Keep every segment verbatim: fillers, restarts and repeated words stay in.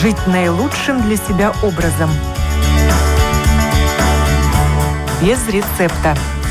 жить наилучшим для себя образом. Без рецепта.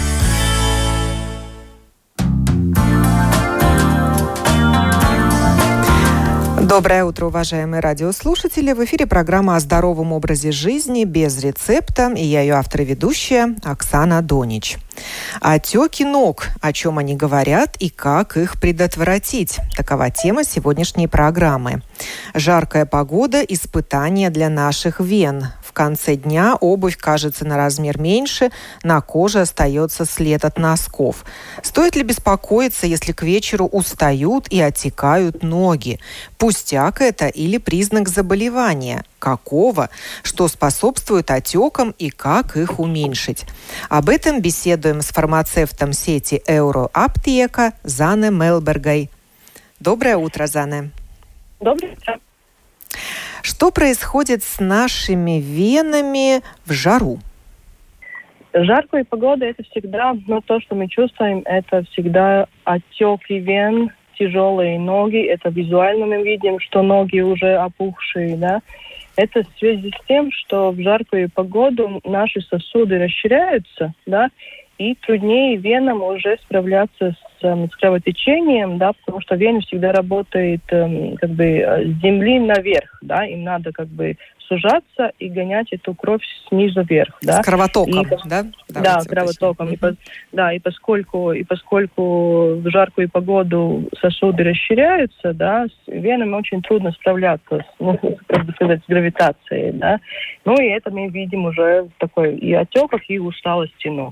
Доброе утро, уважаемые радиослушатели. В эфире программа о здоровом образе жизни без рецепта. И я ее автор и ведущая Оксана Донич. Отеки ног. О чем они говорят и как их предотвратить. Такова тема сегодняшней программы. Жаркая погода – испытание для наших вен. В конце дня обувь кажется на размер меньше, на коже остается след от носков. Стоит ли беспокоиться, если к вечеру устают и отекают ноги? Пустяк это или признак заболевания? Какого? Что способствует отекам и как их уменьшить? Об этом беседуем с фармацевтом сети Euroaptieka Зане Мелбергой. Доброе утро, Зане. Доброе утро. Что происходит с нашими венами в жару? Жаркая погода – это всегда, но то, что мы чувствуем, это всегда отеки вен, тяжелые ноги. Это визуально мы видим, что ноги уже опухшие, да. Это в связи с тем, что в жаркую погоду наши сосуды расширяются, да, и труднее венам уже справляться с, с кровотечением, да, потому что вена всегда работает эм, как бы с земли наверх, да, им надо как бы сужаться и гонять эту кровь снизу вверх, да. С кровотоком, и, да? Да, кровотоком. И, по, да, и поскольку и поскольку в жаркую погоду сосуды расширяются, да, с венами очень трудно справляться, с, ну, как бы сказать, с гравитацией, да. Ну и это мы видим уже в такой и отеках, и усталости ног.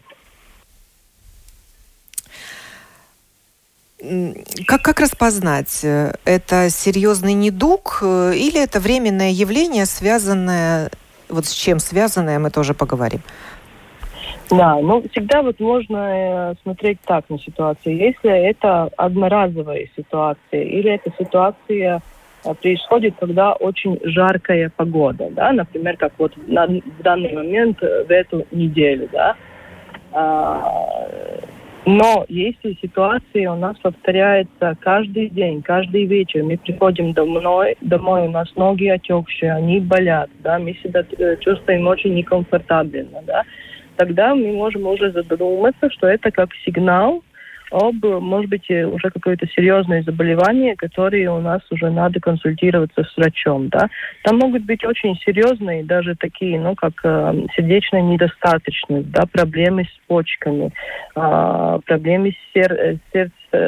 Как, как распознать, это серьезный недуг или это временное явление, связанное, вот с чем связанное, мы тоже поговорим? Да, ну всегда вот можно смотреть так на ситуацию. Если это одноразовая ситуация или эта ситуация происходит, когда очень жаркая погода, да, например, как вот на, в данный момент в эту неделю, да. Но если ситуация у нас повторяется каждый день, каждый вечер, мы приходим домой, домой у нас ноги отекшие, они болят, да, мы себя чувствуем очень некомфортабельно, да, тогда мы можем уже задуматься, что это как сигнал об, может быть, уже какое-то серьезное заболевание, которое у нас уже надо консультироваться с врачом, да. Там могут быть очень серьезные, даже такие, ну, как э, сердечная недостаточность, да, проблемы с почками, э, проблемы с сер- сердцем,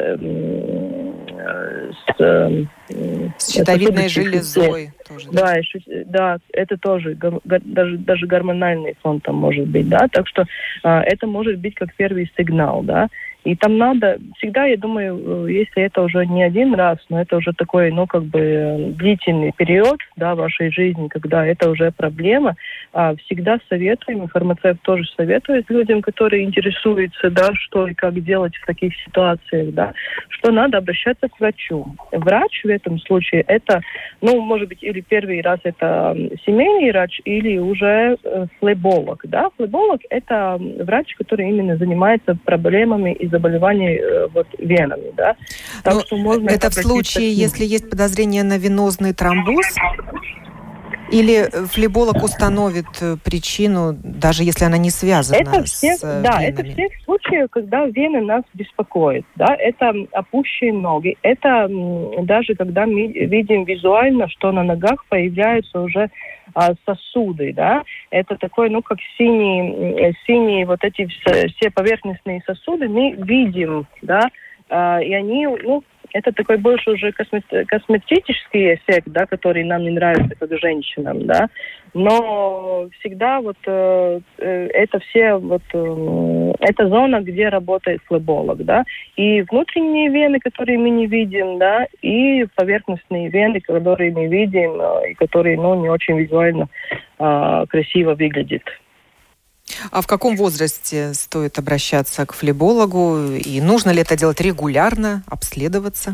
э, с, э, с щитовидной железой тоже, да? Да, еще, да, это тоже, гор- даже, даже гормональный фон там может быть, да, так что э, это может быть как первый сигнал, да. И там надо, всегда, я думаю, если это уже не один раз, но это уже такой, ну, как бы длительный период, да, вашей жизни, когда это уже проблема, всегда советуем, и фармацевт тоже советует людям, которые интересуются, да, что и как делать в таких ситуациях, да, что надо обращаться к врачу. Врач в этом случае это, ну, может быть, или первый раз это семейный врач, или уже флеболог, да. Флеболог – это врач, который именно занимается проблемами из заболеваний э, вот, венами, да. Так Но что можно это в случае, если есть подозрение на венозный тромбоз, или флеболог установит причину, даже если она не связана это всех, с да, венами? это всех случаев, когда вены нас беспокоят, да, это опущенные ноги, это м, даже когда мы видим визуально, что на ногах появляются уже а, сосуды, да, это такой, ну, как синие, синие вот эти все, все поверхностные сосуды мы видим, да, а, и они, ну, это такой больше уже космет- косметический эффект, да, который нам не нравится как женщинам, да. Но всегда вот э, э, это все вот э, это зона, где работает флеболог, да. И внутренние вены, которые мы не видим, да, и поверхностные вены, которые мы видим, э, и которые, ну, не очень визуально э, красиво выглядят. А в каком возрасте стоит обращаться к флебологу? И нужно ли это делать регулярно, обследоваться?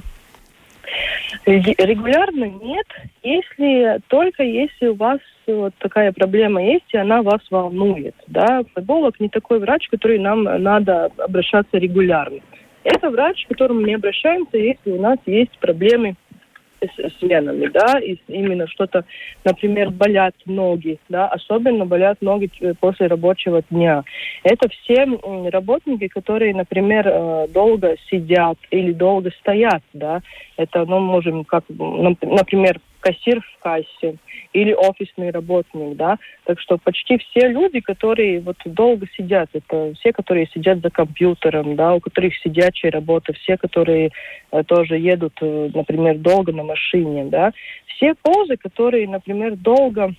Регулярно нет, если только если у вас вот такая проблема есть, и она вас волнует. Да? Флеболог не такой врач, который нам надо обращаться регулярно. Это врач, к которому мы обращаемся, если у нас есть проблемы с, с венами, да, и именно что-то, например, болят ноги, да, особенно болят ноги после рабочего дня. Это все работники, которые, например, долго сидят или долго стоят, да, это, ну, можем, как, например, кассир в кассе или офисный работник, да, так что почти все люди, которые вот долго сидят, это все, которые сидят за компьютером, да, у которых сидячая работа, все, которые э, тоже едут, э, например, долго на машине, да, все позы, которые, например, долго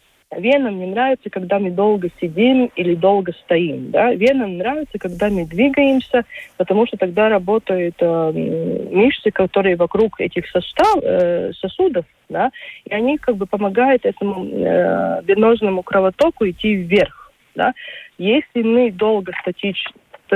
венам не нравится, когда мы долго сидим или долго стоим. Да? Венам нравится, когда мы двигаемся, потому что тогда работают э, мышцы, которые вокруг этих состав, э, сосудов, да? И они как бы помогают этому э, венозному кровотоку идти вверх. Да? Если мы долго статично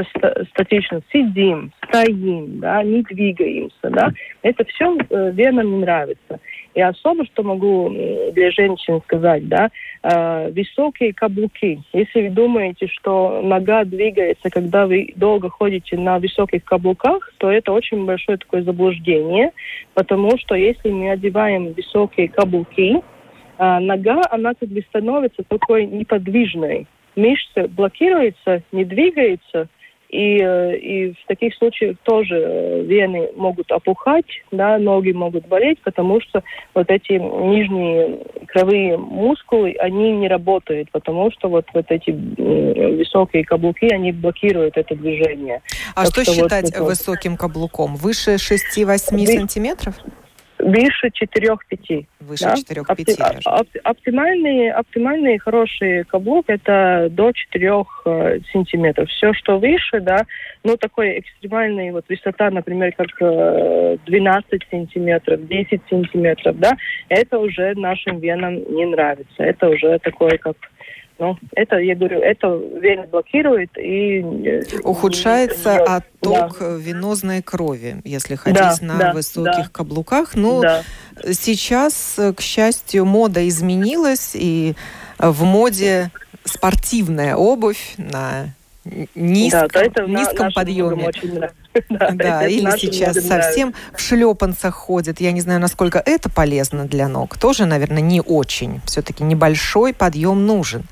статично сидим, стоим, да, не двигаемся, да, это все э, венам не нравится. И особо, что могу для женщин сказать, да, э, высокие каблуки. Если вы думаете, что нога двигается, когда вы долго ходите на высоких каблуках, то это очень большое такое заблуждение, потому что если мы одеваем высокие каблуки, э, нога, она как бы становится такой неподвижной. Мышцы блокируются, не двигаются, и, и в таких случаях тоже вены могут опухать, да, ноги могут болеть, потому что вот эти нижние икровые мускулы, они не работают, потому что вот, вот эти высокие каблуки, они блокируют это движение. А так что, что считать вот, высоким каблуком? Выше шести-восьми Вы... сантиметров? Выше четырех-пяти. Выше да? четырех-пяти. Опти- оп- оптимальные, оптимальные хорошие каблук это до четырех э, сантиметров. Все, что выше, да, ну, такой экстремальный, вот, высота, например, как э, двенадцать сантиметров, десять сантиметров, да, это уже нашим венам не нравится. Это уже такое, как... Ну, это, я говорю, это вены блокирует и... Ухудшается и, отток да. венозной крови, если ходить да, на да, высоких да. каблуках. Ну, да. сейчас, к счастью, мода изменилась, и в моде спортивная обувь на низком, да, это низком на, подъеме. да, да, или сейчас совсем в шлепанцах ходят. Я не знаю, насколько это полезно для ног. Тоже, наверное, не очень. Все-таки небольшой подъем нужен.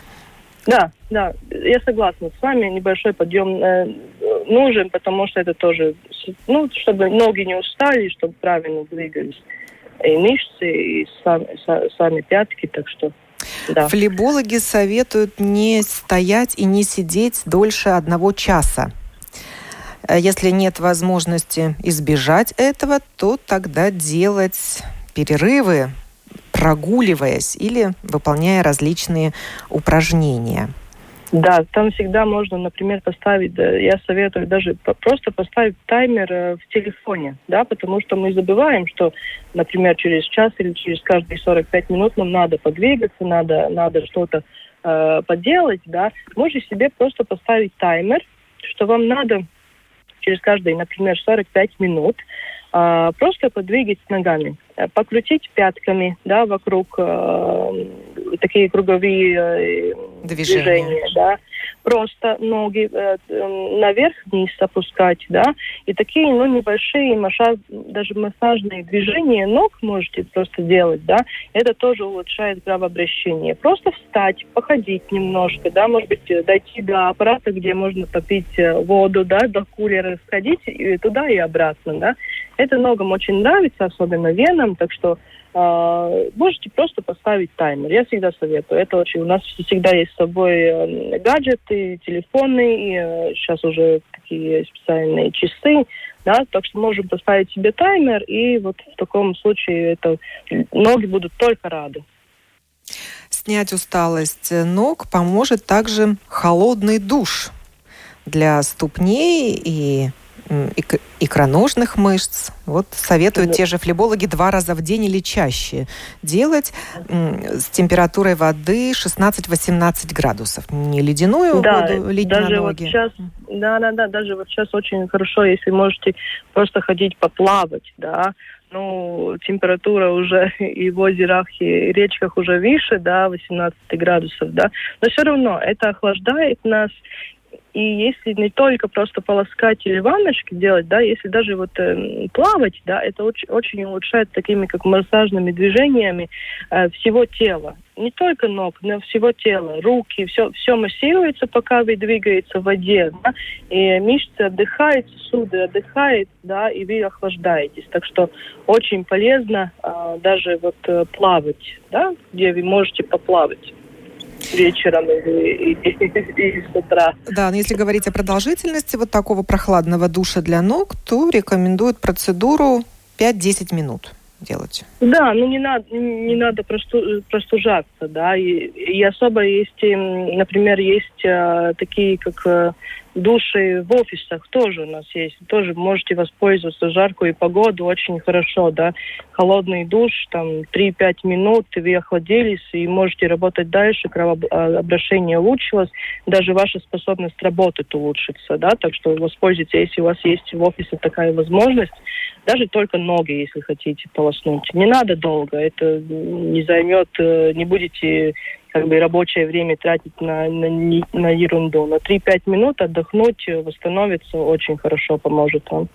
Да, да, я согласна с вами. Небольшой подъем э, нужен, потому что это тоже, ну, чтобы ноги не устали, чтобы правильно двигались и мышцы, и сами, сами пятки, так что... Да. Флебологи советуют не стоять и не сидеть дольше одного часа. Если нет возможности избежать этого, то тогда делать перерывы, прогуливаясь или выполняя различные упражнения. Да, там всегда можно, например, поставить, я советую даже просто поставить таймер в телефоне, да, потому что мы забываем, что, например, через час или через каждые сорок пять минут нам надо подвигаться, надо, надо что-то э, поделать, да. Можете себе просто поставить таймер, что вам надо через каждые, например, сорок пять минут э, просто подвигать ногами, покрутить пятками, да, вокруг э, такие круговые э, движения. движения, да, просто ноги э, наверх-вниз опускать, да, и такие, ну, небольшие массаж, даже массажные движения ног можете просто делать, да, это тоже улучшает кровообращение. Просто встать, походить немножко, да, может быть, дойти до аппарата, где можно попить воду, да, до кулера сходить и туда и обратно, да. Это ногам очень нравится, особенно венам, так что э, можете просто поставить таймер. Я всегда советую. Это очень... У нас всегда есть с собой э, гаджеты, телефоны, и э, сейчас уже такие специальные часы, да, так что можем поставить себе таймер, и вот в таком случае это ноги будут только рады. Снять усталость ног поможет также холодный душ для ступней и икроножных мышц. Вот советуют да. те же флебологи два раза в день или чаще делать с температурой воды шестнадцать-восемнадцать градусов. Не ледяную да, воду лить даже на вот ноги. Сейчас, да, да, да, даже вот сейчас очень хорошо, если можете просто ходить поплавать, да. Ну, температура уже и в озерах, и речках уже выше, да, восемнадцать градусов, да. Но все равно это охлаждает нас. И если не только просто полоскать или ванночки делать, да, если даже вот э, плавать, да, это очень, очень улучшает такими как массажными движениями э, всего тела. Не только ног, но всего тела, руки, все, все массируется, пока вы двигаете в воде, да, и мышцы отдыхают, сосуды отдыхают, да, и вы охлаждаетесь. Так что очень полезно э, даже вот э, плавать, да, где вы можете поплавать вечером или, или с утра. Да, но если говорить о продолжительности вот такого прохладного душа для ног, то рекомендуют процедуру пять-десять минут делать. Да, ну не надо, не надо просту, простужаться, да, и, и особо есть, например, есть а, такие, как а, души в офисах, тоже у нас есть, тоже можете воспользоваться в жаркую погоду, очень хорошо, да, холодный душ, там, три-пять минут, и вы охладились, и можете работать дальше, кровообращение улучшилось, даже ваша способность работать улучшится, да, так что воспользуйтесь, если у вас есть в офисе такая возможность, даже только ноги, если хотите полоснуть. Не надо долго, это не займет, не будете как бы рабочее время тратить на, на, на ерунду. На три-пять минут отдохнуть, восстановиться очень хорошо поможет вам.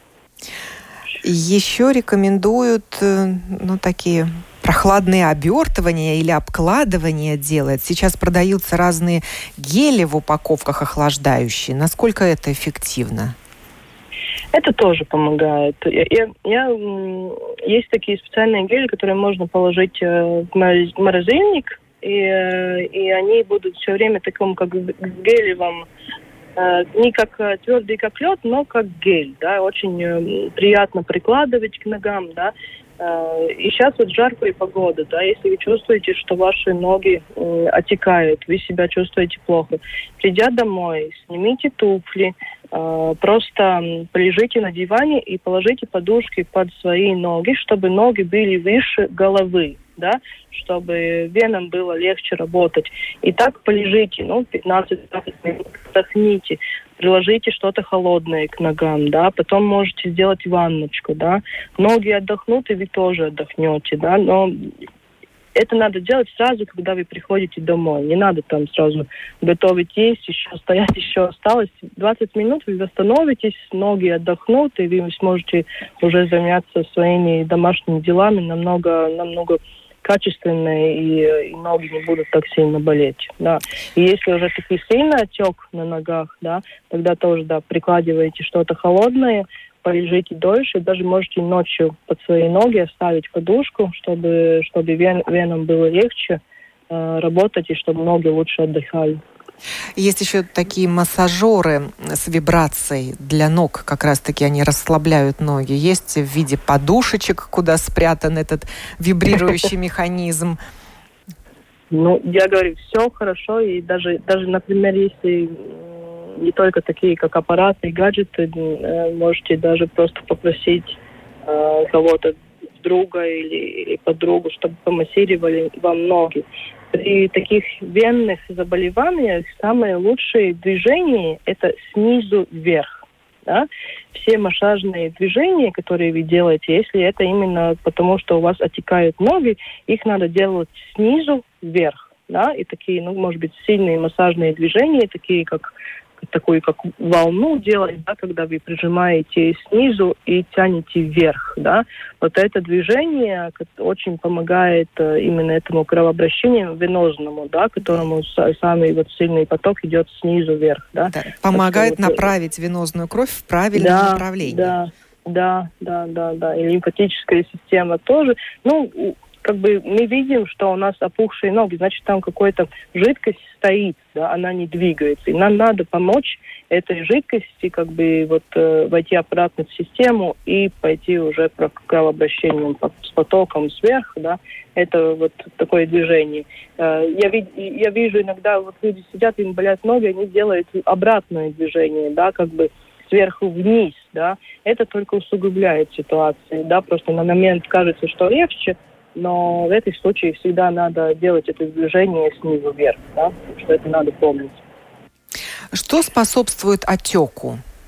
Еще рекомендуют, ну, такие прохладные обертывания или обкладывания делать. Сейчас продаются разные гели в упаковках охлаждающие. Насколько это эффективно? Это тоже помогает. Я, я, я, есть такие специальные гели, которые можно положить в морозильник, и, и они будут все время таком, как гелевом, не как твердый, как лед, но как гель, да, очень приятно прикладывать к ногам, да. И сейчас вот жаркая погода, да, если вы чувствуете, что ваши ноги э, отекают, вы себя чувствуете плохо, придя домой, снимите туфли, э, просто полежите на диване и положите подушки под свои ноги, чтобы ноги были выше головы, да, чтобы венам было легче работать. И так полежите, ну, пятнадцать-двадцать минут, отдохните, приложите что-то холодное к ногам, да, потом можете сделать ванночку, да, ноги отдохнут, и вы тоже отдохнете, да, но это надо делать сразу, когда вы приходите домой, не надо там сразу готовить есть, еще стоять, еще осталось двадцать минут, вы восстановитесь, ноги отдохнут, и вы сможете уже заняться своими домашними делами намного, намного качественные, и, и ноги не будут так сильно болеть, да. И если уже такой сильный отек на ногах, да, тогда тоже, да, прикладываете что-то холодное, полежите дольше, даже можете ночью под свои ноги оставить подушку, чтобы, чтобы вен, венам было легче э, работать, и чтобы ноги лучше отдыхали. Есть еще такие массажеры с вибрацией для ног, как раз-таки они расслабляют ноги. Есть в виде подушечек, куда спрятан этот вибрирующий механизм. Ну, я говорю, все хорошо, и даже, даже, например, если не только такие, как аппараты и гаджеты, можете даже просто попросить э, кого-то, друга или, или подругу, чтобы помассировали вам ноги. При таких венных заболеваниях самое лучшее движение – это снизу вверх. Да? Все массажные движения, которые вы делаете, если это именно потому, что у вас отекают ноги, их надо делать снизу вверх. Да? И такие, ну, может быть, сильные массажные движения, такие как такую как волну делать, да, когда вы прижимаете снизу и тянете вверх, да. Вот это движение очень помогает именно этому кровообращению венозному, да, которому самый вот сильный поток идет снизу вверх, да. Да, помогает что, направить вот, венозную кровь в правильном да, направлении. Да, да, да, да, да. И лимфатическая система тоже. Ну, как бы мы видим, что у нас опухшие ноги, значит, там какая-то жидкость стоит, да, она не двигается. И нам надо помочь этой жидкости как бы вот э, войти обратно в систему и пойти уже по кровообращению с потоком сверху, да. Это вот такое движение. Э, я, вид, я вижу иногда, вот люди сидят, им болят ноги, они делают обратное движение, да, как бы сверху вниз, да. Это только усугубляет ситуацию, да, просто на момент кажется, что легче, но в этой случае всегда надо делать это движение снизу вверх, да, что это надо помнить. Что способствует отеку?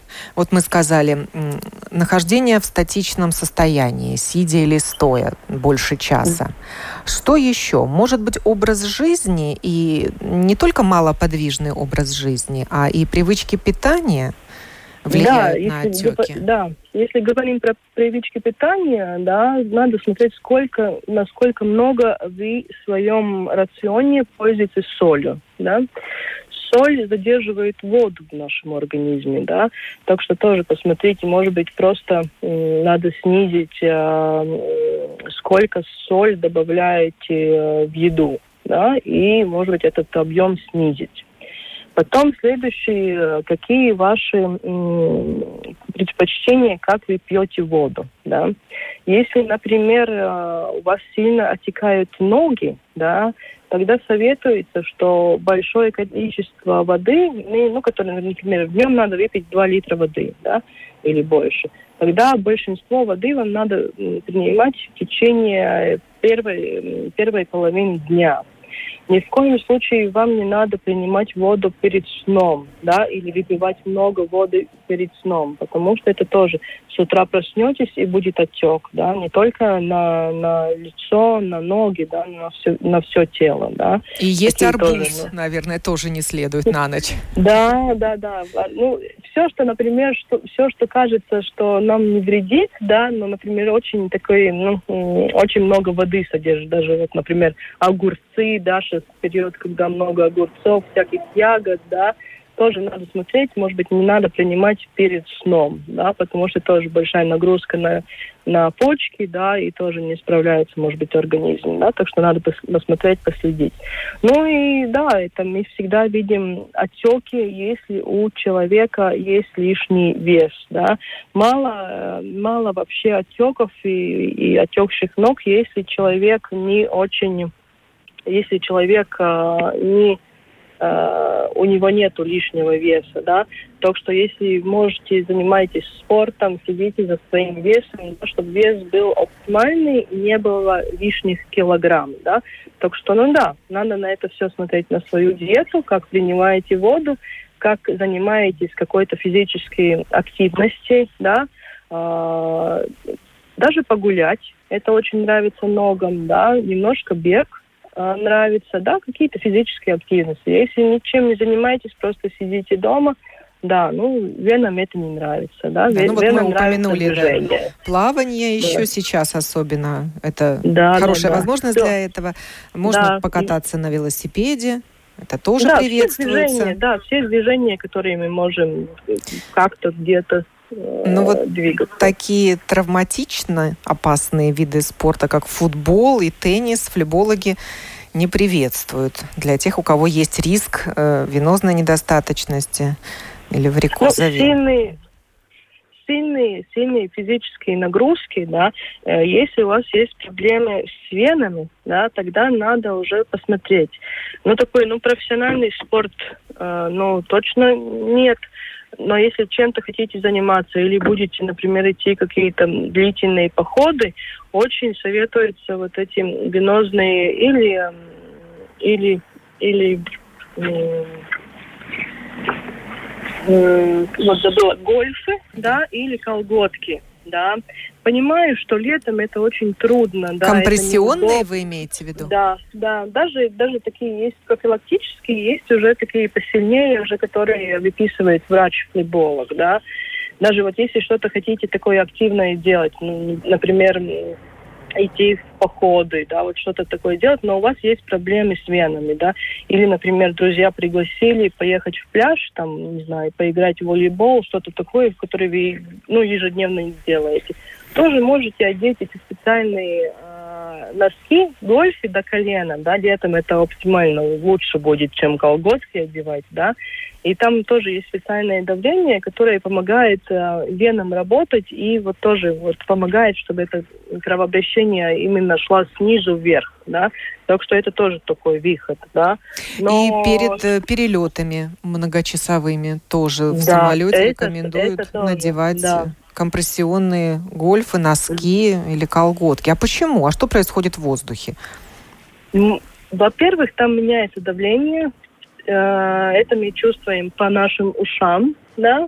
Вот мы сказали, нахождение в статичном состоянии, сидя или стоя больше часа. Что еще? Может быть, образ жизни, и не только малоподвижный образ жизни, а и привычки питания влияют да, на если, отеки? Да, если говорим про привычки питания, да, надо смотреть, сколько, насколько много вы в своем рационе пользуетесь солью, да. Соль задерживает воду в нашем организме, да, так что тоже посмотрите, может быть, просто э, надо снизить, э, сколько соль добавляете э, в еду, да, и, может быть, этот объем снизить. Потом следующий, какие ваши м, предпочтения, как вы пьете воду, да. Если, например, у вас сильно отекают ноги, да, тогда советуется, что большое количество воды, ну, которое, например, в днем надо выпить два литра воды, да, или больше. Тогда большинство воды вам надо принимать в течение первой, первой половины дня. Ни в коем случае вам не надо принимать воду перед сном, да, или выпивать много воды перед сном, потому что это тоже с утра проснетесь и будет отек, да, не только на, на лицо, на ноги, да, на все, на все тело, да. И есть такие арбуз, тоже, наверное, тоже не следует на ночь. Да, да, да. Ну, все, что, например, что, все, что кажется, что нам не вредит, да, но, например, очень такой, ну, очень много воды содержит, даже вот, например, огурцы, да, сейчас период, когда много огурцов, всяких ягод, да, тоже надо смотреть, может быть, не надо принимать перед сном, да, потому что тоже большая нагрузка на, на почки, да, и тоже не справляется, может быть, организм, да, так что надо посмотреть, последить. Ну и да, это мы всегда видим отеки, если у человека есть лишний вес, да. Мало, мало вообще отеков и, и отекших ног, если человек не очень, если человек а, не Uh, у него нету лишнего веса, да, так что если можете, занимаетесь спортом, следите за своим весом, чтобы вес был оптимальный, не было лишних килограмм, да, так что, ну да, надо на это все смотреть, на свою диету, как принимаете воду, как занимаетесь какой-то физической активностью, да, uh, даже погулять, это очень нравится многим, да, немножко бег, нравится, да, какие-то физические активности. Если ничем не занимаетесь, просто сидите дома, да, ну, венам это не нравится, да. Да, ну вот мы упомянули, да, плавание да. еще сейчас особенно, это да, хорошая да, возможность да. для этого. Можно да. покататься на велосипеде, это тоже да, приветствуется. Все движения, да, все движения, которые мы можем как-то где-то Ну вот двигаться. Такие травматично опасные виды спорта, как футбол и теннис, флебологи не приветствуют для тех, у кого есть риск э, венозной недостаточности или варикоза вен. Ну, сильные, сильные, сильные физические нагрузки, да, э, если у вас есть проблемы с венами, да, тогда надо уже посмотреть. Ну, такой, ну, профессиональный спорт, э, ну, точно нет. Но если чем-то хотите заниматься или будете, например, идти какие-то длительные походы, очень советуются вот эти венозные или или или э, э, вот забыла, гольфы, да, или колготки, да. Понимаю, что летом это очень трудно. Да, компрессионные вы имеете в виду? Да, да. Даже, даже такие есть профилактические, есть уже такие посильнее, уже которые выписывает врач-флеболог, да. Даже вот если что-то хотите такое активное делать, ну, например, идти в походы, да, вот что-то такое делать, но у вас есть проблемы с венами, да, или, например, друзья пригласили поехать в пляж, там, не знаю, поиграть в волейбол, что-то такое, в которое вы, ну, ежедневно не делаете. Тоже можете одеть эти специальные э, носки, гольфы до колена, да, летом это оптимально, лучше будет, чем колготки одевать, да, и там тоже есть специальное давление, которое помогает э, венам работать и вот тоже вот помогает, чтобы это кровообращение именно шло снизу вверх, да, так что это тоже такой выход, да. Но... И перед э, перелетами многочасовыми тоже в да, самолете это, рекомендуют это тоже, надевать да. компрессионные гольфы, носки или колготки. А почему? А что происходит в воздухе? Во-первых, там меняется давление. Это мы чувствуем по нашим ушам, да.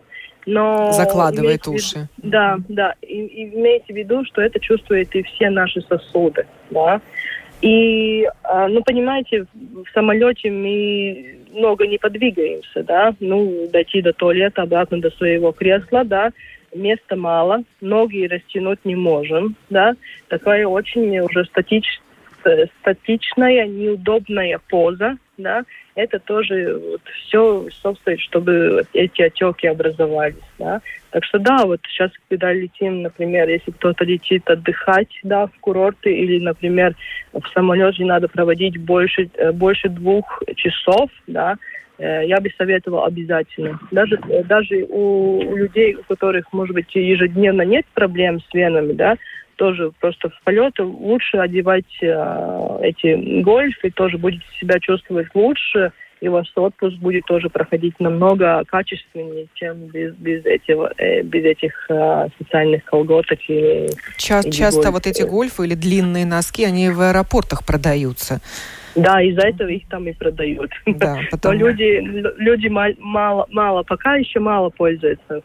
но... Закладывает уши. В... Да, да. И, и имейте в виду, что это чувствуют и все наши сосуды, да. И, ну, понимаете, в самолете мы много не подвигаемся, да. Ну, дойти до туалета, обратно до своего кресла, да. Места мало, ноги растянуть не можем, да. Такая очень уже статич... статичная, неудобная поза, да. Это тоже вот все, собственно, чтобы эти отеки образовались, да. Так что да, вот сейчас, когда летим, например, если кто-то летит отдыхать, да, в курорты, или, например, в самолете надо проводить больше, больше двух часов, да, я бы советовала обязательно. Даже, даже у, у людей, у которых, может быть, ежедневно нет проблем с венами, да, тоже просто в полете лучше одевать э, эти гольфы, тоже будете себя чувствовать лучше, и ваш отпуск будет тоже проходить намного качественнее, чем без, без, этого, э, без этих э, специальных колготок. И, Ча- и часто гольф. Вот эти гольфы или длинные носки, они в аэропортах продаются. Да, из-за этого их там и продают. Да, потом... Но люди, люди мало, мало, пока еще мало пользуются.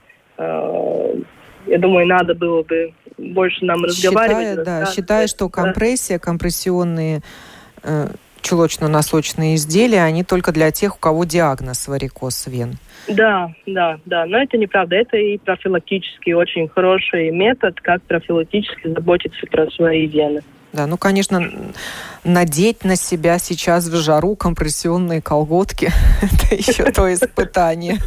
Я думаю, надо было бы больше нам разговаривать. Считаю, да, считаю, что компрессия, компрессионные э, чулочно-носочные изделия, они только для тех, у кого диагноз варикоз вен. Да, да, да, но это неправда. Это и профилактический очень хороший метод, как профилактически заботиться про свои вены. Да, ну, конечно, надеть на себя сейчас в жару компрессионные колготки – это еще то испытание.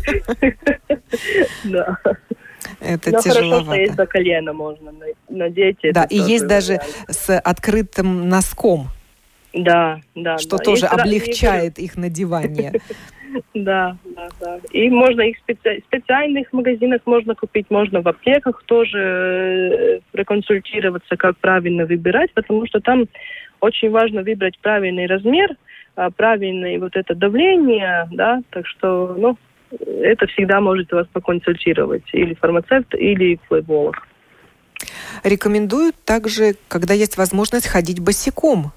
Да. Это но тяжеловато. Хорошо, что есть до колена можно надеть. Да, и есть даже с открытым носком. Да, да. Что да. тоже есть облегчает их надевание. Да, да, да. И можно их в специ... специальных магазинах можно купить, можно в аптеках тоже проконсультироваться, как правильно выбирать, потому что там очень важно выбрать правильный размер, правильное вот это давление, да, так что, ну, это всегда может вас поконсультировать или фармацевт, или флеболог. Рекомендуют также, когда есть возможность, ходить босиком.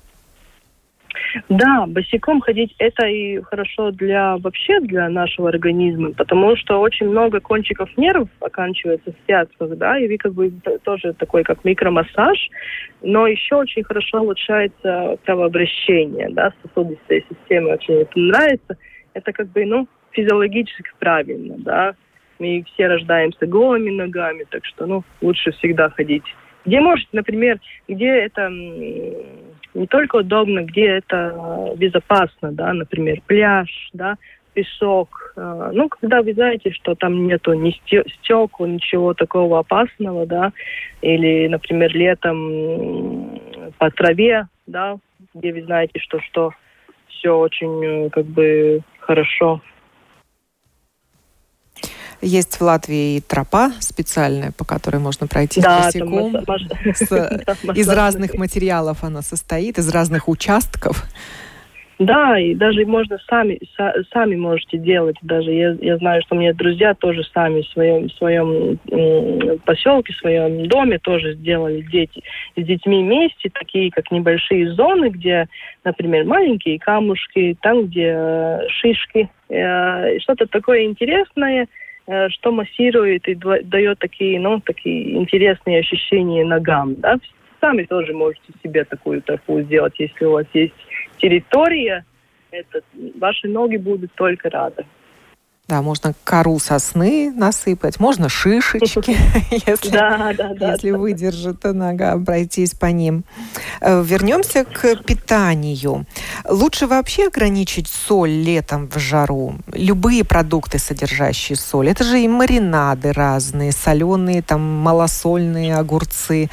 Да, босиком ходить это и хорошо для вообще для нашего организма, потому что очень много кончиков нервов оканчивается в пятках, да, и вы как бы тоже такой как микромассаж, но еще очень хорошо улучшается кровообращение, да, сосудистой системы очень это нравится. Это как бы, ну, физиологически правильно, да. Мы все рождаемся голыми ногами, так что, ну, лучше всегда ходить. Где можете, например, где это не только удобно, где это безопасно, да, например, пляж, да, песок. Ну, когда вы знаете, что там нету ни стекол, ничего такого опасного, да, или, например, летом по траве, да, где вы знаете, что, что все очень, как бы, хорошо. Есть в Латвии тропа специальная, по которой можно пройти да, босиком. Масса... С... Из разных материалов она состоит, из разных участков. Да, и даже можно сами, са, сами можете делать. Даже я, я знаю, что у меня друзья тоже сами в своем, в своем м, поселке, в своем доме тоже сделали дети, с детьми вместе, такие как небольшие зоны, где, например, маленькие камушки, там, где э, шишки, э, что-то такое интересное, э, что массирует и дает такие, ну, такие интересные ощущения ногам. Да? Сами тоже можете себе такую тропу сделать, если у вас есть территория, это, ваши ноги будут только рады. Да, можно кору сосны насыпать, можно шишечки, если выдержит нога, пройтись по ним. Вернемся к питанию. Лучше вообще ограничить соль летом в жару. Любые продукты, содержащие соль. Это же и маринады разные, соленые, там, малосольные огурцы,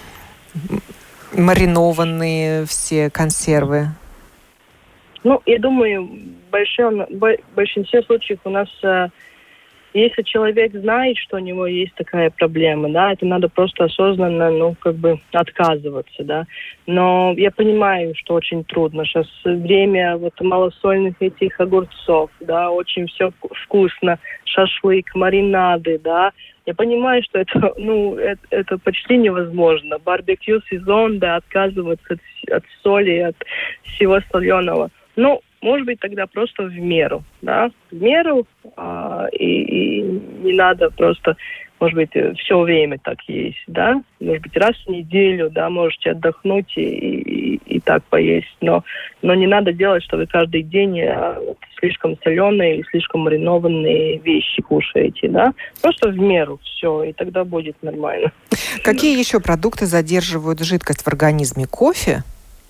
маринованные все консервы. Ну, я думаю, в большом, в большинстве случаев у нас, если человек знает, что у него есть такая проблема, да, это надо просто осознанно, ну, как бы отказываться, да. Но я понимаю, что очень трудно. Сейчас время вот малосольных этих огурцов, да, очень все вкусно, шашлык, маринады, да. Я понимаю, что это, ну, это, это почти невозможно. Барбекю сезон, да, отказываться от, от соли, от всего соленого. Ну, может быть, тогда просто в меру, да, в меру, а, и, и не надо просто, может быть, все время так есть, да, может быть, раз в неделю, да, можете отдохнуть и, и, и так поесть, но, но не надо делать, что вы каждый день а, вот, слишком соленые или слишком маринованные вещи кушаете, да, просто в меру все, и тогда будет нормально. Какие еще продукты задерживают жидкость в организме? Кофе?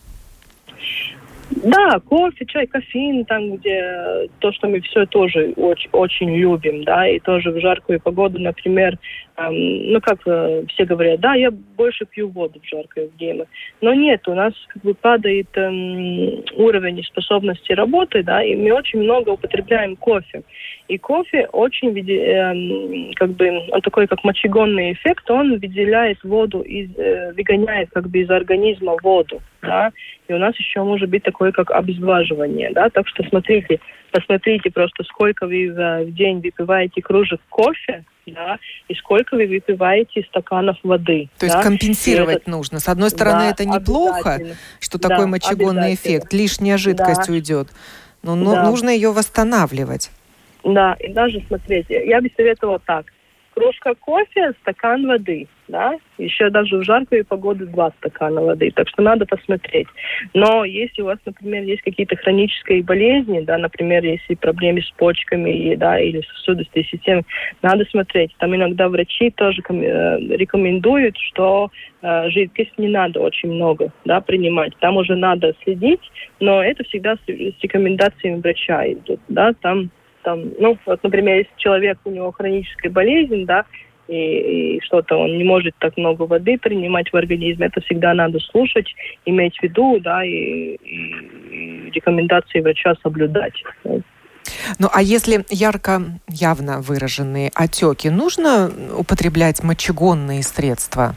Да, кофе, чай, кофеин, там, где то, что мы все тоже очень, очень любим, да, и тоже в жаркую погоду, например, эм, ну, как э, все говорят, да, я больше пью воду в жаркое время, но нет, у нас как бы падает эм, уровень способности работы, да, и мы очень много употребляем кофе, и кофе очень, эм, как бы, он такой, как мочегонный эффект, он выделяет воду, из, э, выгоняет как бы из организма воду, да, и у нас еще может быть такое, как обезвоживание, да, так что смотрите, посмотрите просто, сколько вы в, в день выпиваете кружек кофе, да, и сколько вы выпиваете стаканов воды. То да? есть компенсировать это... нужно. С одной стороны, да, это неплохо, что такой да, мочегонный эффект, лишняя жидкость да. уйдет, но ну, да. нужно ее восстанавливать. Да, и даже, смотрите, я бы советовала так. Кружка кофе, стакан воды, да, еще даже в жаркую погоду два стакана воды, так что надо посмотреть. Но если у вас, например, есть какие-то хронические болезни, да, например, если проблемы с почками, да, или сосудистой системой, надо смотреть. Там иногда врачи тоже рекомендуют, что э, жидкость не надо очень много, да, принимать. Там уже надо следить, но это всегда с, с рекомендациями врача идут, да, там Там, ну, вот, например, если человек, у него хроническая болезнь, да, и, и что-то он не может так много воды принимать в организме, это всегда надо слушать, иметь в виду, да, и, и, и рекомендации врача соблюдать. Ну, а если ярко, явно выраженные отеки, нужно употреблять мочегонные средства?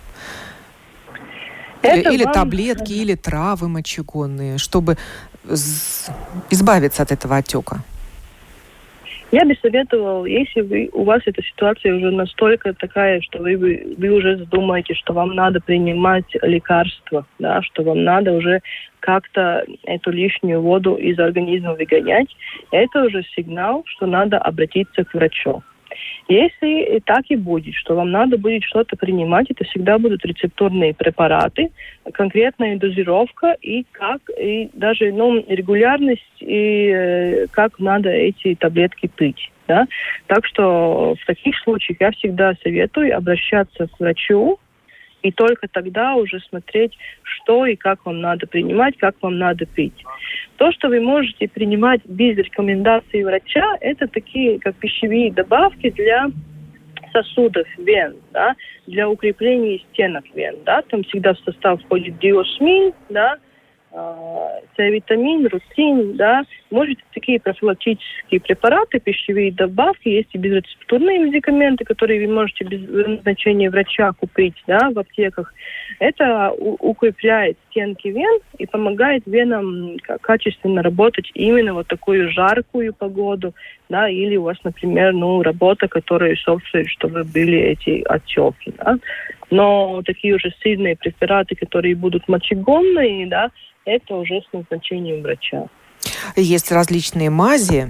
Это или вам... таблетки, или травы мочегонные, чтобы избавиться от этого отека? Я бы советовала, если вы, у вас эта ситуация уже настолько такая, что вы, вы, вы уже задумаете, что вам надо принимать лекарства, да, что вам надо уже как-то эту лишнюю воду из организма выгонять, это уже сигнал, что надо обратиться к врачу. Если так и будет, что вам надо будет что-то принимать, это всегда будут рецептурные препараты, конкретная дозировка и как, и даже ну, регулярность, и э, как надо эти таблетки пить. Да? Так что в таких случаях я всегда советую обращаться к врачу, и только тогда уже смотреть, что и как вам надо принимать, как вам надо пить. То, что вы можете принимать без рекомендаций врача, это такие, как пищевые добавки для сосудов вен, да, для укрепления стенок вен. Да. Там всегда в состав входит диосмин, да, С-витамин, рутин, да, может такие профилактические препараты, пищевые добавки, есть и безрецептурные медикаменты, которые вы можете без назначения врача купить, да, в аптеках. Это укрепляет стенки вен и помогает венам качественно работать именно вот такую жаркую погоду, да, или у вас, например, ну, работа, которая собствует, чтобы были эти отеки, да. Но такие уже сильные препараты, которые будут мочегонные, да, это уже с назначением врача. Есть различные мази,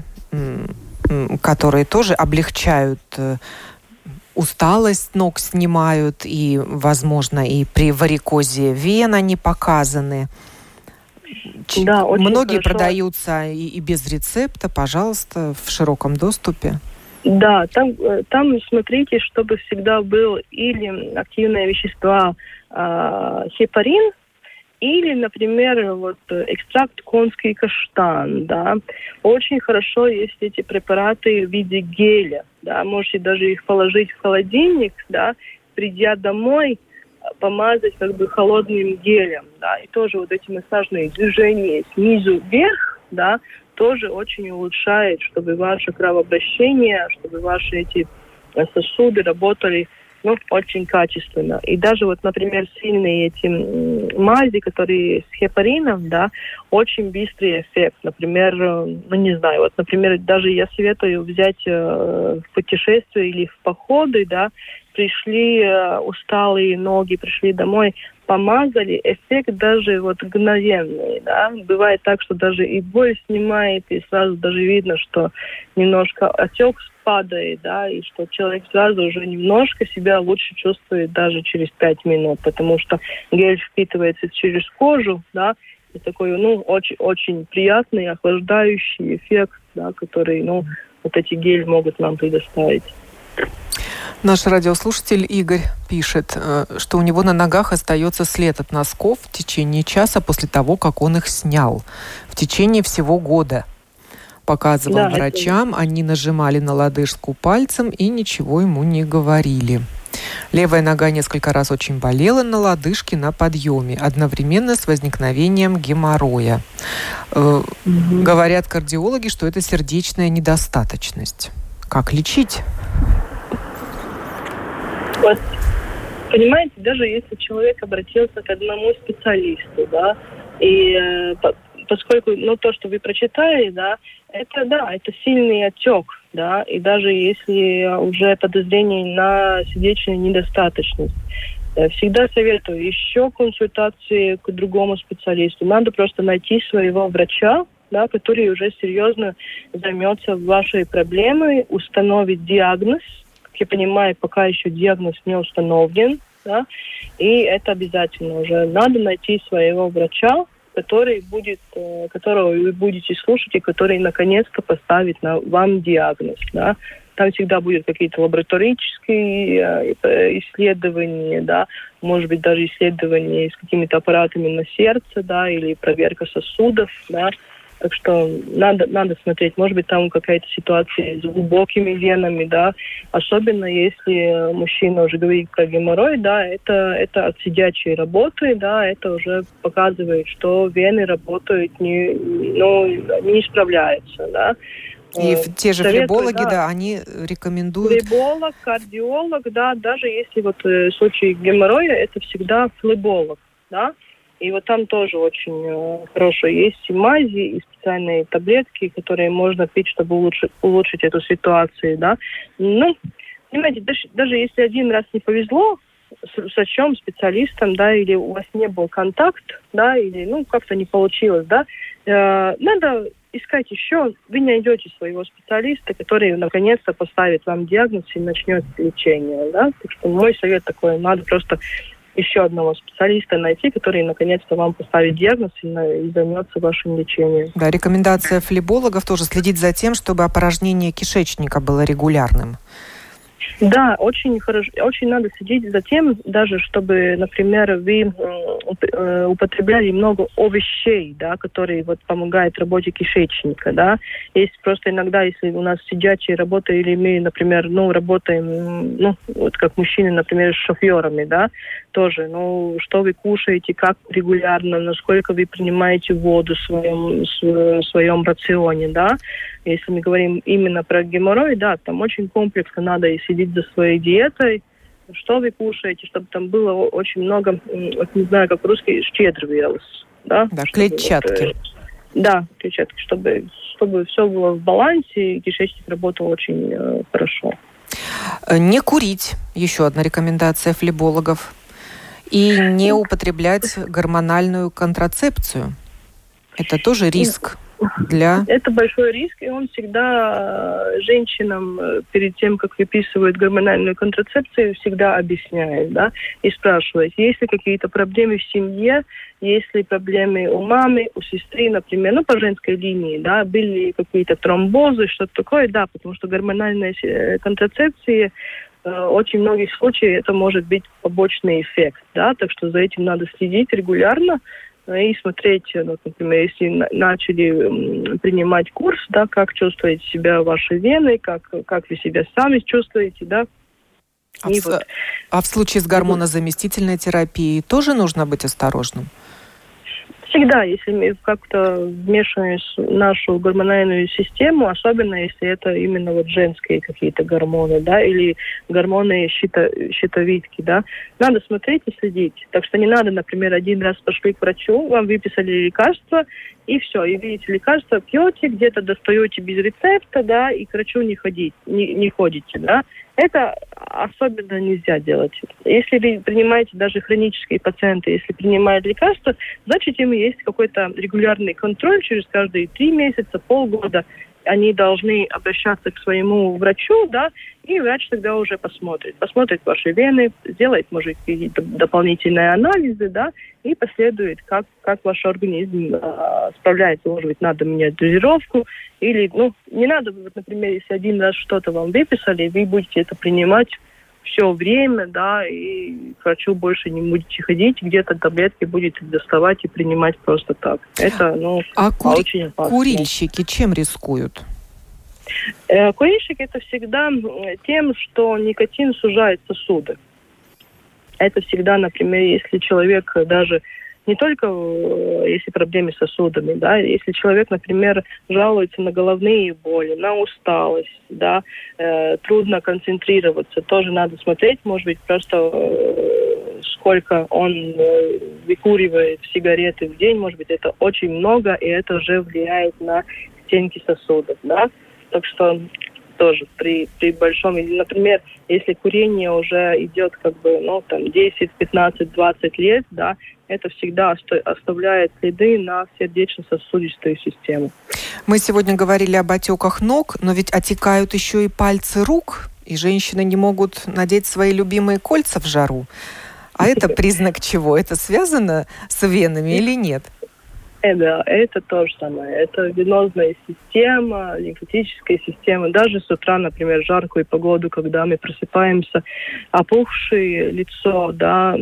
которые тоже облегчают усталость ног, снимают, и, возможно, и при варикозе вен они показаны. Да, очень Многие хорошо. Продаются и, и без рецепта, пожалуйста, в широком доступе. Да, там, там смотрите, чтобы всегда был или активное вещество э, хепарин, или, например, вот экстракт конский каштан, да. Очень хорошо есть эти препараты в виде геля, да. Можете даже их положить в холодильник, да, придя домой, помазать как бы холодным гелем, да. И тоже вот эти массажные движения снизу вверх, да, тоже очень улучшает, чтобы ваше кровообращение, чтобы ваши эти сосуды работали, ну, очень качественно. И даже вот, например, сильные эти мази, которые с хепарином, да, очень быстрый эффект. Например, ну, не знаю, вот, например, даже я советую взять э, в путешествие или в походы, да, пришли усталые ноги, пришли домой, помазали, эффект даже вот мгновенный, да. Бывает так, что даже и боль снимает, и сразу даже видно, что немножко отек падает, да, и что человек сразу уже немножко себя лучше чувствует даже через пять минут, потому что гель впитывается через кожу, да, и такой, ну, очень, очень приятный, охлаждающий эффект, да, который, ну, вот эти гели могут нам предоставить. Наш радиослушатель Игорь пишет, что у него на ногах остается след от носков в течение часа после того, как он их снял. В течение всего года. Показывал да, врачам, это... они нажимали на лодыжку пальцем и ничего ему не говорили. Левая нога несколько раз очень болела на лодыжке на подъеме, одновременно с возникновением геморроя. Э, угу. Говорят кардиологи, что это сердечная недостаточность. Как лечить? Вот, понимаете, даже если человек обратился к одному специалисту, да, и э, по, поскольку, ну, то, что вы прочитали, да, это, да, это сильный отек, да, и даже если уже подозрение на сердечную недостаточность, э, всегда советую еще консультации к другому специалисту. Надо просто найти своего врача, да, который уже серьезно займется вашей проблемой, установит диагноз. Я понимаю, пока еще диагноз не установлен, да, и это обязательно уже. Надо найти своего врача, который будет, которого вы будете слушать и который наконец-то поставит на вам диагноз, да. Там всегда будут какие-то лабораторические исследования, да, может быть, даже исследования с какими-то аппаратами на сердце, да, или проверка сосудов, да. Так что надо, надо смотреть. Может быть, там какая-то ситуация с глубокими венами, да. Особенно если мужчина уже говорит про геморрой, да, это, это от сидячей работы, да, это уже показывает, что вены работают, не, ну, не справляются, да. И те же Советую, флебологи, да, да, они рекомендуют... Флеболог, кардиолог, да, даже если вот в случае геморроя, это всегда флеболог, да. И вот там тоже очень э, хорошо есть и мази, и специальные таблетки, которые можно пить, чтобы улучшить, улучшить эту ситуацию, да. Ну, понимаете, даже, даже если один раз не повезло с, с врачом, специалистом, да, или у вас не был контакт, да, или, ну, как-то не получилось, да, э, надо искать еще, вы найдете своего специалиста, который наконец-то поставит вам диагноз и начнет лечение, да. Так что мой совет такой, надо просто еще одного специалиста найти, который наконец-то вам поставит диагноз и, и займется вашим лечением. Да, рекомендация флебологов тоже следить за тем, чтобы опорожнение кишечника было регулярным. Да, очень хорошо, очень надо следить за тем, даже чтобы, например, вы э, употребляли много овощей, да, которые вот помогают работе кишечника, да. Есть просто иногда, если у нас сидячая работа, или мы, например, ну, работаем, ну, вот как мужчины, например, с шоферами, да, тоже, ну, что вы кушаете, как регулярно, насколько вы принимаете воду в своем, в своем рационе, да. Если мы говорим именно про геморрой, да, там очень комплексно надо и следить за своей диетой, что вы кушаете, чтобы там было очень много, вот не знаю, как по-русски, щедровилось, да? Да, клетчатки. Вот, да, клетчатки, чтобы, чтобы все было в балансе, и кишечник работал очень э, хорошо. Не курить, еще одна рекомендация флебологов, и не употреблять гормональную контрацепцию. Это тоже риск. Для... Это большой риск, и он всегда женщинам перед тем, как выписывают гормональную контрацепцию, всегда объясняет, да, и спрашивает, есть ли какие-то проблемы в семье, есть ли проблемы у мамы, у сестры, например, ну, по женской линии, да, были ли какие-то тромбозы, что-то такое, да, потому что гормональная контрацепция очень многих случаях это может быть побочный эффект, да, так что за этим надо следить регулярно, и смотреть, ну, например, если начали принимать курс, да, как чувствуете себя ваши вены, как, как вы себя сами чувствуете, да. А, в, вот. а в случае с гормонозаместительной терапией тоже нужно быть осторожным? Всегда, если мы как-то вмешиваем нашу гормональную систему, особенно если это именно вот женские какие-то гормоны, да, или гормоны щито, щитовидки, да, надо смотреть и следить. Так что не надо, например, один раз пошли к врачу, вам выписали лекарства, и все, и видите лекарства, пьете, где-то достаете без рецепта, да, и к врачу не ходите, не, не ходите, да. Это особенно нельзя делать. Если вы принимаете даже хронические пациенты, если принимают лекарства, значит, им есть какой-то регулярный контроль через каждые три месяца, полгода. Они должны обращаться к своему врачу, да, и врач тогда уже посмотрит. Посмотрит ваши вены, сделает, может, какие-то дополнительные анализы, да, и последует, как, как ваш организм э, справляется. Может быть, надо менять дозировку, или, ну, не надо, вот, например, если один раз что-то вам выписали, вы будете это принимать все время, да, и к врачу больше не будете ходить, где-то таблетки будете доставать и принимать просто так. Это, ну, а кури- очень опасно. Курильщики чем рискуют? Э, курильщики это всегда тем, что никотин сужает сосуды. Это всегда, например, если человек даже не только если проблемы с сосудами, да, если человек, например, жалуется на головные боли, на усталость, да, э, трудно концентрироваться, тоже надо смотреть, может быть, просто э, сколько он э, выкуривает сигареты в день, может быть, это очень много, и это уже влияет на стенки сосудов, да, так что тоже при, при большом, например, если курение уже идет как бы, ну, там, десять, пятнадцать, двадцать лет, да, это всегда оставляет следы на сердечно-сосудистую систему. Мы сегодня говорили об отеках ног, но ведь отекают еще и пальцы рук, и женщины не могут надеть свои любимые кольца в жару. А это признак чего? Это связано с венами или нет? Да, это то же самое. Это венозная система, лимфатическая система. Даже с утра, например, в жаркую погоду, когда мы просыпаемся, опухшее лицо, да,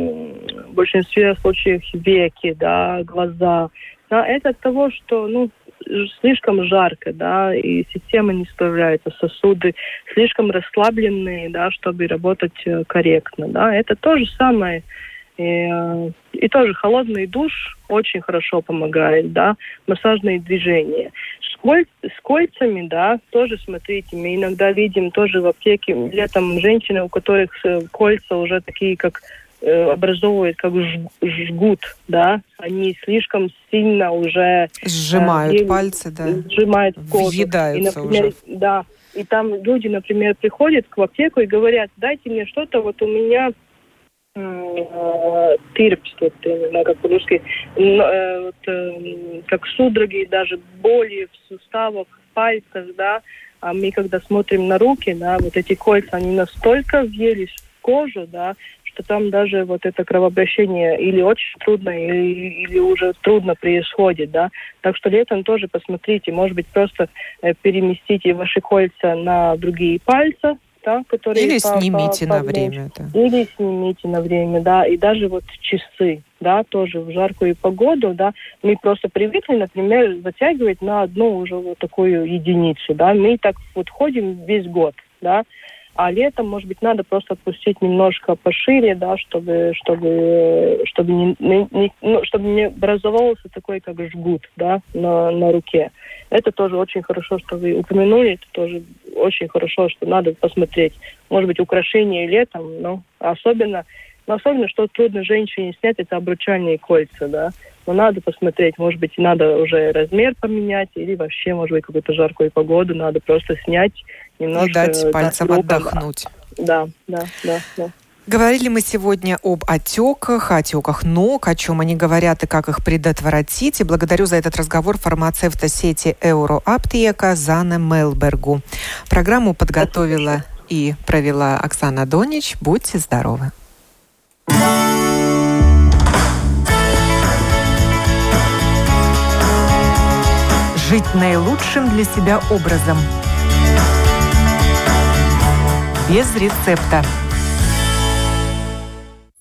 в большинстве случаев веки, да, глаза. Да, это от того, что, ну, слишком жарко, да, и система не справляется, сосуды слишком расслабленные, да, чтобы работать корректно, да. Это то же самое. И, и тоже холодный душ очень хорошо помогает, да, массажные движения. С, коль, с кольцами, да, тоже смотрите, мы иногда видим тоже в аптеке летом женщины, у которых кольца уже такие, как э, образовывают, как жгут, да, они слишком сильно уже сжимают э, пальцы, да, сжимают кожу. Въедаются и, например, уже. Да, и там люди, например, приходят в аптеку и говорят: дайте мне что-то, вот у меня тырпс, вот, не знаю, как по-русски, вот, как судороги, даже боли в суставах, в пальцах, да, а мы, когда смотрим на руки, да, вот эти кольца, они настолько въелись в кожу, да, что там даже вот это кровообращение или очень трудно, или, или уже трудно происходит, да. Так что летом тоже посмотрите, может быть, просто э, переместите ваши кольца на другие пальцы, да, которые или по, снимите по, на по время. Да. Или снимите на время, да. И даже вот часы, да, тоже в жаркую погоду, да, мы просто привыкли, например, затягивать на одну уже вот такую единицу, да. Мы так вот ходим весь год, да. А летом, может быть, надо просто отпустить немножко пошире, да, чтобы, чтобы, чтобы, не, не, ну, чтобы не образовался такой, как жгут, да, на, на руке. Это тоже очень хорошо, что вы упомянули, это тоже очень хорошо, что надо посмотреть. Может быть, украшения летом, но особенно, но особенно, что трудно женщине снять, это обручальные кольца, да. Но надо посмотреть, может быть, надо уже размер поменять, или вообще, может быть, какую-то жаркую погоду надо просто снять немножко. И дать пальцам да, отдохнуть. Да, да, да, да. Говорили мы сегодня об отеках, отеках ног, о чем они говорят и как их предотвратить. И благодарю за этот разговор фармацевта сети Euroapteka Зане Мелбергу. Программу подготовила и провела Оксана Донич. Будьте здоровы. Жить наилучшим для себя образом. Без рецепта.